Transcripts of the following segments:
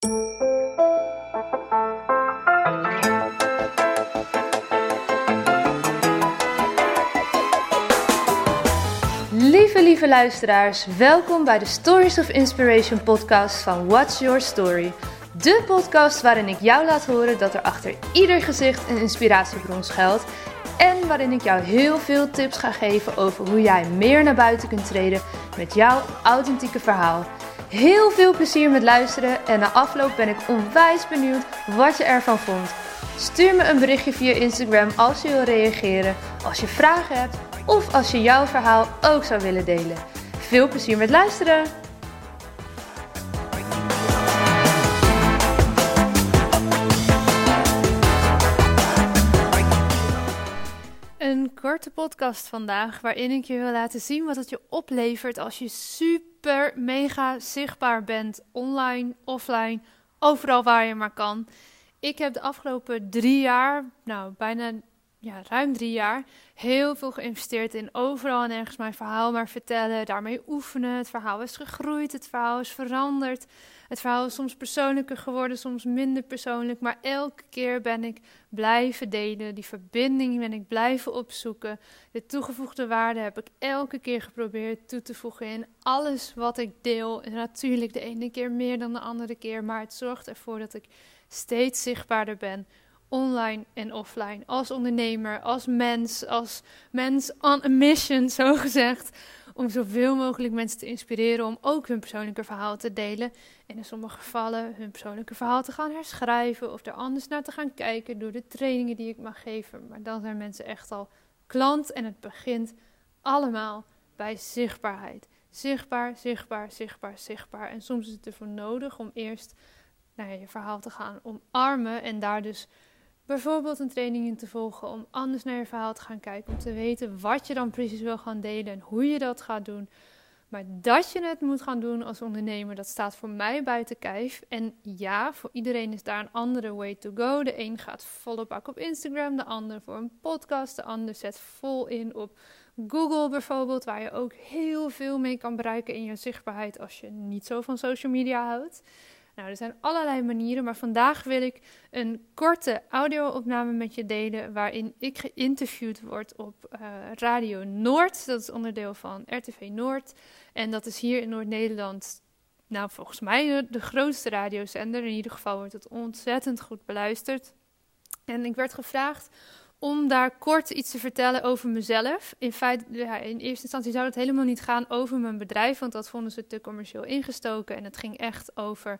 Lieve luisteraars, welkom bij de Stories of Inspiration podcast van What's Your Story. De podcast waarin ik jou laat horen dat er achter ieder gezicht een inspiratiebron schuilt. En waarin ik jou heel veel tips ga geven over hoe jij meer naar buiten kunt treden met jouw authentieke verhaal. Heel veel plezier met luisteren en na afloop ben ik onwijs benieuwd wat je ervan vond. Stuur me een berichtje via Instagram als je wil reageren, als je vragen hebt of als je jouw verhaal ook zou willen delen. Veel plezier met luisteren! Een korte podcast vandaag waarin ik je wil laten zien wat het je oplevert als je super mega zichtbaar bent. Online, offline, overal waar je maar kan. Ik heb de afgelopen 3 jaar, ruim 3 jaar, heel veel geïnvesteerd in overal en ergens mijn verhaal maar vertellen, daarmee oefenen. Het verhaal is gegroeid, het verhaal is veranderd. Het verhaal is soms persoonlijker geworden, soms minder persoonlijk. Maar elke keer ben ik blijven delen, die verbinding ben ik blijven opzoeken. De toegevoegde waarde heb ik elke keer geprobeerd toe te voegen in alles wat ik deel. En natuurlijk de ene keer meer dan de andere keer, maar het zorgt ervoor dat ik steeds zichtbaarder ben. Online en offline, als ondernemer, als mens on a mission, zo gezegd. Om zoveel mogelijk mensen te inspireren om ook hun persoonlijke verhaal te delen. En in sommige gevallen hun persoonlijke verhaal te gaan herschrijven of er anders naar te gaan kijken door de trainingen die ik mag geven. Maar dan zijn mensen echt al klant en het begint allemaal bij zichtbaarheid. Zichtbaar, zichtbaar, zichtbaar, zichtbaar. En soms is het ervoor nodig om eerst je verhaal te gaan omarmen en daar dus bijvoorbeeld een training in te volgen om anders naar je verhaal te gaan kijken. Om te weten wat je dan precies wil gaan delen en hoe je dat gaat doen. Maar dat je het moet gaan doen als ondernemer, dat staat voor mij buiten kijf. En ja, voor iedereen is daar een andere way to go. De een gaat volle bak op Instagram, de ander voor een podcast. De ander zet vol in op Google bijvoorbeeld, waar je ook heel veel mee kan bereiken in je zichtbaarheid als je niet zo van social media houdt. Nou, er zijn allerlei manieren, maar vandaag wil ik een korte audio-opname met je delen waarin ik geïnterviewd word op Radio Noord. Dat is onderdeel van RTV Noord en dat is hier in Noord-Nederland, volgens mij de grootste radiozender. In ieder geval wordt het ontzettend goed beluisterd. En ik werd gevraagd om daar kort iets te vertellen over mezelf. In feite, in eerste instantie zou het helemaal niet gaan over mijn bedrijf, want dat vonden ze te commercieel ingestoken. En het ging echt over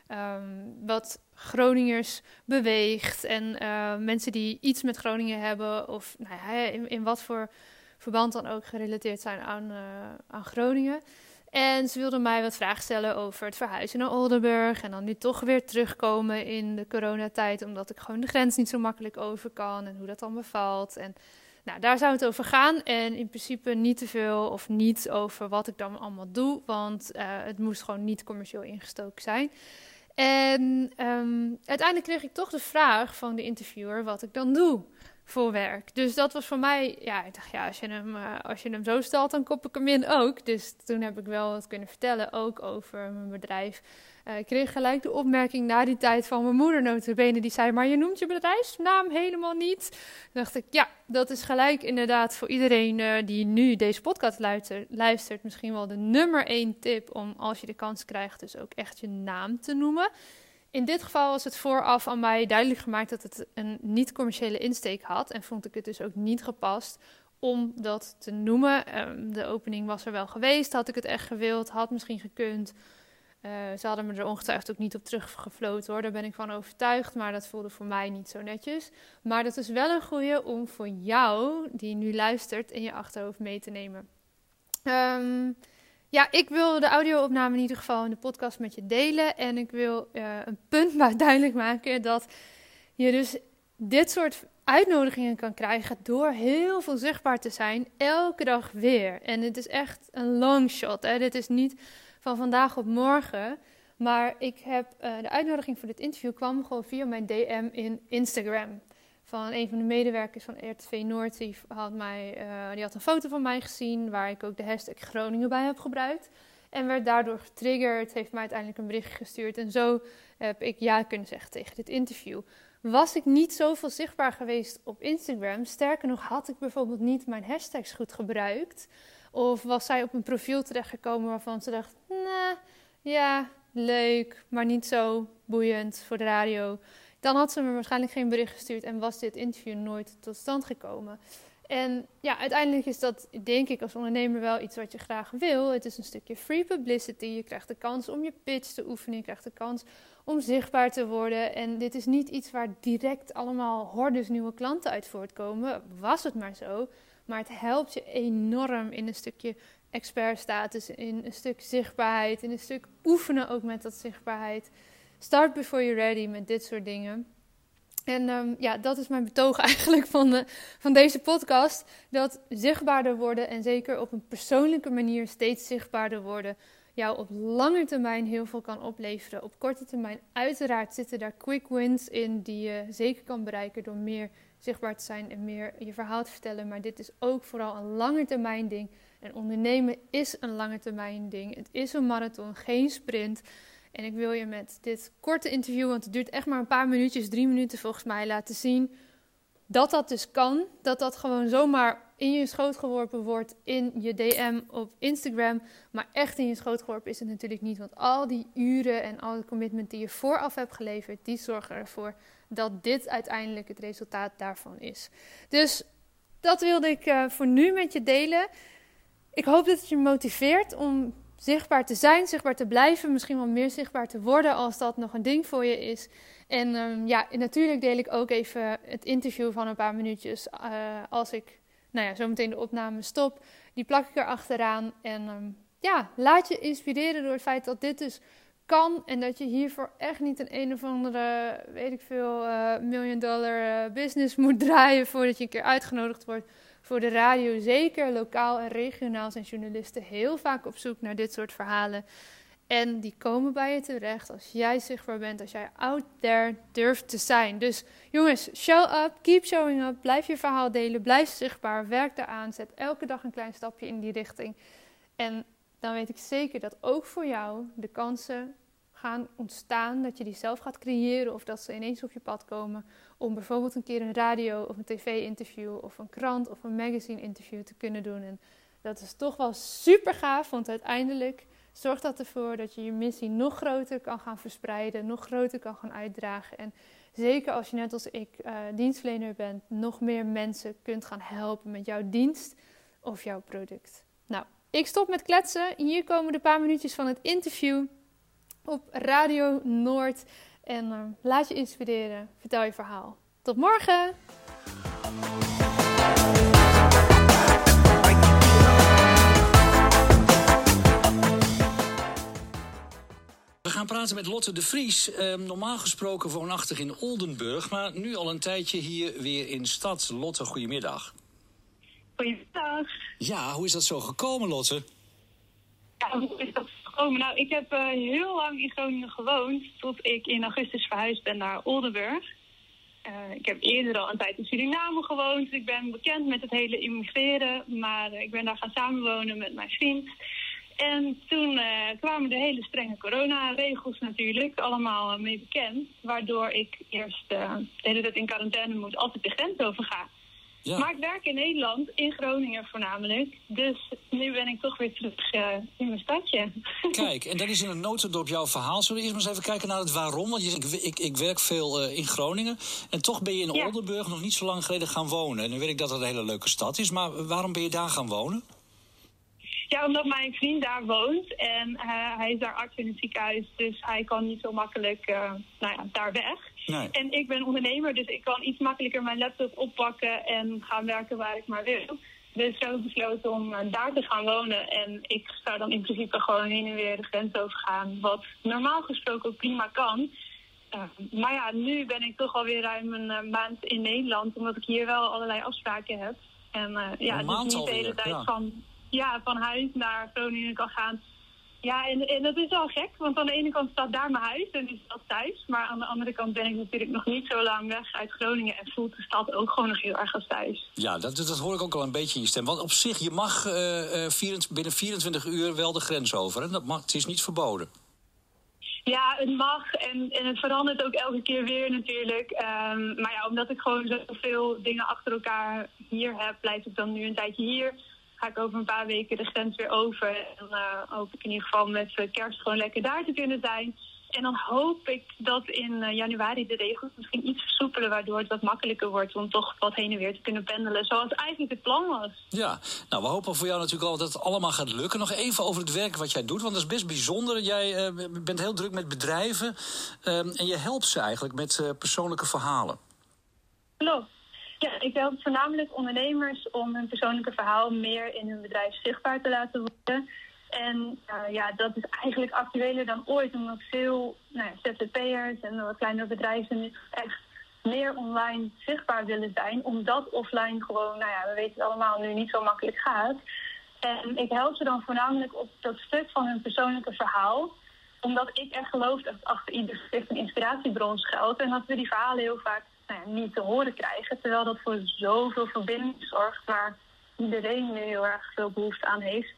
wat Groningers beweegt en mensen die iets met Groningen hebben of in wat voor verband dan ook gerelateerd zijn aan Groningen. En ze wilden mij wat vragen stellen over het verhuizen naar Oldenburg en dan nu toch weer terugkomen in de coronatijd, omdat ik gewoon de grens niet zo makkelijk over kan en hoe dat dan bevalt. En daar zou het over gaan en in principe niet te veel of niet over wat ik dan allemaal doe, want het moest gewoon niet commercieel ingestoken zijn. En uiteindelijk kreeg ik toch de vraag van de interviewer wat ik dan doe voor werk. Dus dat was voor mij, ik dacht als je hem zo stelt, dan kop ik hem in ook. Dus toen heb ik wel wat kunnen vertellen, ook over mijn bedrijf. Ik kreeg gelijk de opmerking na die tijd van mijn moeder nota bene, die zei, maar je noemt je bedrijfsnaam helemaal niet. Toen dacht ik, ja, dat is gelijk inderdaad voor iedereen die nu deze podcast luistert, misschien wel de nummer 1 tip om, als je de kans krijgt, dus ook echt je naam te noemen. In dit geval was het vooraf aan mij duidelijk gemaakt dat het een niet-commerciële insteek had. En vond ik het dus ook niet gepast om dat te noemen. De opening was er wel geweest, had ik het echt gewild, had misschien gekund. Ze hadden me er ongetwijfeld ook niet op teruggefloten hoor, daar ben ik van overtuigd. Maar dat voelde voor mij niet zo netjes. Maar dat is wel een goeie om voor jou, die nu luistert, in je achterhoofd mee te nemen. Ik wil de audio-opname in ieder geval in de podcast met je delen. En ik wil een punt maar duidelijk maken dat je dus dit soort uitnodigingen kan krijgen door heel veel zichtbaar te zijn, elke dag weer. En het is echt een long shot. Hè? Dit is niet van vandaag op morgen. Maar ik heb de uitnodiging voor dit interview kwam gewoon via mijn DM in Instagram. Van een van de medewerkers van RTV Noord, die had een foto van mij gezien, waar ik ook de hashtag Groningen bij heb gebruikt. En werd daardoor getriggerd, heeft mij uiteindelijk een bericht gestuurd. En zo heb ik ja kunnen zeggen tegen dit interview. Was ik niet zoveel zichtbaar geweest op Instagram, sterker nog had ik bijvoorbeeld niet mijn hashtags goed gebruikt. Of was zij op een profiel terechtgekomen waarvan ze dacht, ja, leuk, maar niet zo boeiend voor de radio. Dan had ze me waarschijnlijk geen bericht gestuurd en was dit interview nooit tot stand gekomen. En ja, uiteindelijk is dat, denk ik, als ondernemer wel iets wat je graag wil. Het is een stukje free publicity. Je krijgt de kans om je pitch te oefenen. Je krijgt de kans om zichtbaar te worden. En dit is niet iets waar direct allemaal hordes nieuwe klanten uit voortkomen. Was het maar zo. Maar het helpt je enorm in een stukje expertstatus, in een stuk zichtbaarheid, in een stuk oefenen ook met dat zichtbaarheid. Start before you're ready met dit soort dingen. En dat is mijn betoog eigenlijk van deze podcast. Dat zichtbaarder worden en zeker op een persoonlijke manier steeds zichtbaarder worden jou op lange termijn heel veel kan opleveren. Op korte termijn uiteraard zitten daar quick wins in die je zeker kan bereiken door meer zichtbaar te zijn en meer je verhaal te vertellen. Maar dit is ook vooral een lange termijn ding. En ondernemen is een lange termijn ding. Het is een marathon, geen sprint. En ik wil je met dit korte interview, want het duurt echt maar een paar minuutjes, 3 minuten volgens mij, laten zien dat dat dus kan. Dat dat gewoon zomaar in je schoot geworpen wordt in je DM op Instagram. Maar echt in je schoot geworpen is het natuurlijk niet. Want al die uren en al de commitment die je vooraf hebt geleverd, die zorgen ervoor dat dit uiteindelijk het resultaat daarvan is. Dus dat wilde ik voor nu met je delen. Ik hoop dat het je motiveert om zichtbaar te zijn, zichtbaar te blijven, misschien wel meer zichtbaar te worden als dat nog een ding voor je is. En natuurlijk deel ik ook even het interview van een paar minuutjes als ik zometeen de opname stop. Die plak ik er achteraan en laat je inspireren door het feit dat dit dus kan en dat je hiervoor echt niet een of andere, weet ik veel, $1 miljoen business moet draaien voordat je een keer uitgenodigd wordt. Voor de radio, zeker lokaal en regionaal, zijn journalisten heel vaak op zoek naar dit soort verhalen. En die komen bij je terecht als jij zichtbaar bent, als jij out there durft te zijn. Dus jongens, show up, keep showing up, blijf je verhaal delen, blijf zichtbaar, werk daaraan, zet elke dag een klein stapje in die richting. En dan weet ik zeker dat ook voor jou de kansen gaan ontstaan, dat je die zelf gaat creëren of dat ze ineens op je pad komen om bijvoorbeeld een keer een radio of een tv-interview of een krant of een magazine-interview te kunnen doen. En dat is toch wel super gaaf, want uiteindelijk zorgt dat ervoor dat je je missie nog groter kan gaan verspreiden, nog groter kan gaan uitdragen. En zeker als je net als ik dienstverlener bent, nog meer mensen kunt gaan helpen met jouw dienst of jouw product. Nou, ik stop met kletsen. Hier komen de paar minuutjes van het interview op Radio Noord. En laat je inspireren. Vertel je verhaal. Tot morgen! We gaan praten met Lotte de Vries. Normaal gesproken woonachtig in Oldenburg, maar nu al een tijdje hier weer in stad. Lotte, goedemiddag. Goedemiddag. Ja, hoe is dat zo gekomen, Lotte? Ja, hoe is dat gekomen? Nou, ik heb heel lang in Groningen gewoond, tot ik in augustus verhuisd ben naar Oldenburg. Ik heb eerder al een tijd in Suriname gewoond. Ik ben bekend met het hele immigreren, maar ik ben daar gaan samenwonen met mijn vriend. En toen kwamen de hele strenge coronaregels natuurlijk allemaal mee bekend. Waardoor ik eerst de hele tijd in quarantaine moet, als ik de grens overga. Ja. Maar ik werk in Nederland, in Groningen voornamelijk. Dus nu ben ik toch weer terug in mijn stadje. Kijk, en dan is in een notendop jouw verhaal. Zullen we eerst maar eens even kijken naar het waarom? Want je zegt, ik werk veel in Groningen. En toch ben je in Oldenburg nog niet zo lang geleden gaan wonen. En nu weet ik dat het een hele leuke stad is. Maar waarom ben je daar gaan wonen? Ja, omdat mijn vriend daar woont. En hij is daar arts in het ziekenhuis. Dus hij kan niet zo makkelijk daar weg. Nee. En ik ben ondernemer, dus ik kan iets makkelijker mijn laptop oppakken en gaan werken waar ik maar wil. Dus zo besloten om daar te gaan wonen. En ik zou dan in principe gewoon heen en weer de grens overgaan. Wat normaal gesproken ook prima kan. Maar ja, nu ben ik toch alweer ruim een maand in Nederland. Omdat ik hier wel allerlei afspraken heb. En dus niet de hele tijd van huis naar Groningen kan gaan. Ja, en dat is wel gek, want aan de ene kant staat daar mijn huis en is dat thuis. Maar aan de andere kant ben ik natuurlijk nog niet zo lang weg uit Groningen en voelt de stad ook gewoon nog heel erg als thuis. Ja, dat hoor ik ook al een beetje in je stem. Want op zich, je mag binnen 24 uur wel de grens over. Hè? Het is niet verboden. Ja, het mag en het verandert ook elke keer weer natuurlijk. Maar ja, omdat ik gewoon zoveel dingen achter elkaar hier heb, blijf ik dan nu een tijdje hier. Ga ik over een paar weken de grens weer over. En hoop ik in ieder geval met kerst gewoon lekker daar te kunnen zijn. En dan hoop ik dat in januari de regels misschien iets versoepelen, waardoor het wat makkelijker wordt om toch wat heen en weer te kunnen pendelen, zoals eigenlijk het plan was. Ja, nou we hopen voor jou natuurlijk al dat het allemaal gaat lukken. Nog even over het werk wat jij doet, want dat is best bijzonder. Jij bent heel druk met bedrijven en je helpt ze eigenlijk met persoonlijke verhalen. Klopt. Ja, ik help voornamelijk ondernemers om hun persoonlijke verhaal meer in hun bedrijf zichtbaar te laten worden. En dat is eigenlijk actueler dan ooit, omdat veel ZZP'ers en wat kleinere bedrijven nu echt meer online zichtbaar willen zijn, omdat offline gewoon, we weten het allemaal, nu niet zo makkelijk gaat. En ik help ze dan voornamelijk op dat stuk van hun persoonlijke verhaal, omdat ik echt geloof dat achter ieder gezicht een inspiratiebron schuilt en dat we die verhalen heel vaak niet te horen krijgen, terwijl dat voor zoveel verbinding zorgt waar iedereen nu heel erg veel behoefte aan heeft.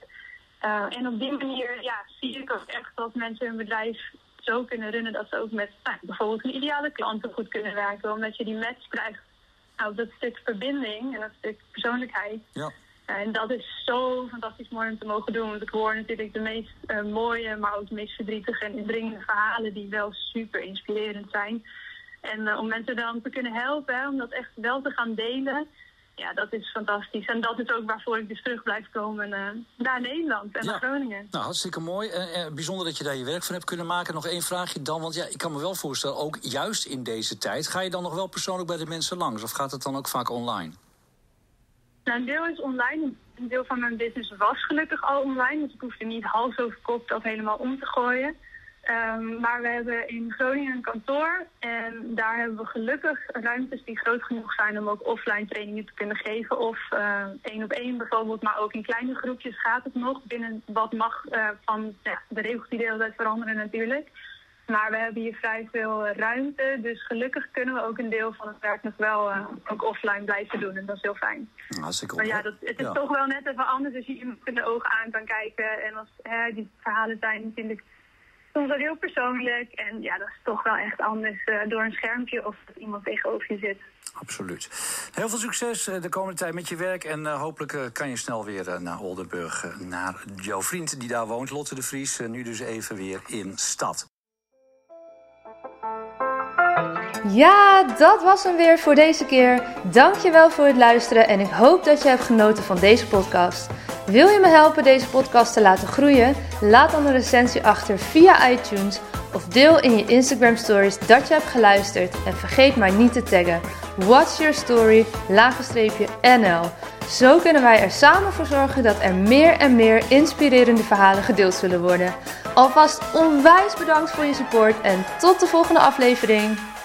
En op die manier zie ik ook echt dat mensen hun bedrijf zo kunnen runnen dat ze ook met bijvoorbeeld een ideale klanten goed kunnen werken, omdat je die match krijgt op dat stuk verbinding en dat stuk persoonlijkheid. Ja. En dat is zo fantastisch mooi om te mogen doen, want ik hoor natuurlijk de meest mooie, maar ook de meest verdrietige en indringende verhalen die wel super inspirerend zijn. En om mensen dan te kunnen helpen, om dat echt wel te gaan delen, ja, dat is fantastisch. En dat is ook waarvoor ik dus terug blijf komen naar Nederland en naar Groningen. Nou, hartstikke mooi. Bijzonder dat je daar je werk van hebt kunnen maken. Nog één vraagje dan, want ik kan me wel voorstellen, ook juist in deze tijd, ga je dan nog wel persoonlijk bij de mensen langs? Of gaat het dan ook vaak online? Nou, een deel is online. Een deel van mijn business was gelukkig al online. Dus ik hoefde niet hals over kop dat helemaal om te gooien. Maar we hebben in Groningen een kantoor en daar hebben we gelukkig ruimtes die groot genoeg zijn om ook offline trainingen te kunnen geven. Of 1-op-1 bijvoorbeeld, maar ook in kleine groepjes gaat het nog binnen wat mag van de regels die de hele tijd veranderen natuurlijk. Maar we hebben hier vrij veel ruimte, dus gelukkig kunnen we ook een deel van het werk nog wel ook offline blijven doen en dat is heel fijn. Hartstikke Maar het is toch wel net even anders als je iemand in de ogen aan kan kijken en als die verhalen zijn natuurlijk soms wel heel persoonlijk. En dat is toch wel echt anders door een schermpje of dat iemand tegenover je zit. Absoluut. Heel veel succes de komende tijd met je werk. En hopelijk kan je snel weer naar Oldenburg. Naar jouw vriend die daar woont, Lotte de Vries. Nu dus even weer in stad. Ja, dat was hem weer voor deze keer. Dankjewel voor het luisteren en ik hoop dat je hebt genoten van deze podcast. Wil je me helpen deze podcast te laten groeien? Laat dan een recensie achter via iTunes of deel in je Instagram stories dat je hebt geluisterd. En vergeet mij niet te taggen. What's Your Story, _NL. Zo kunnen wij er samen voor zorgen dat er meer en meer inspirerende verhalen gedeeld zullen worden. Alvast onwijs bedankt voor je support en tot de volgende aflevering.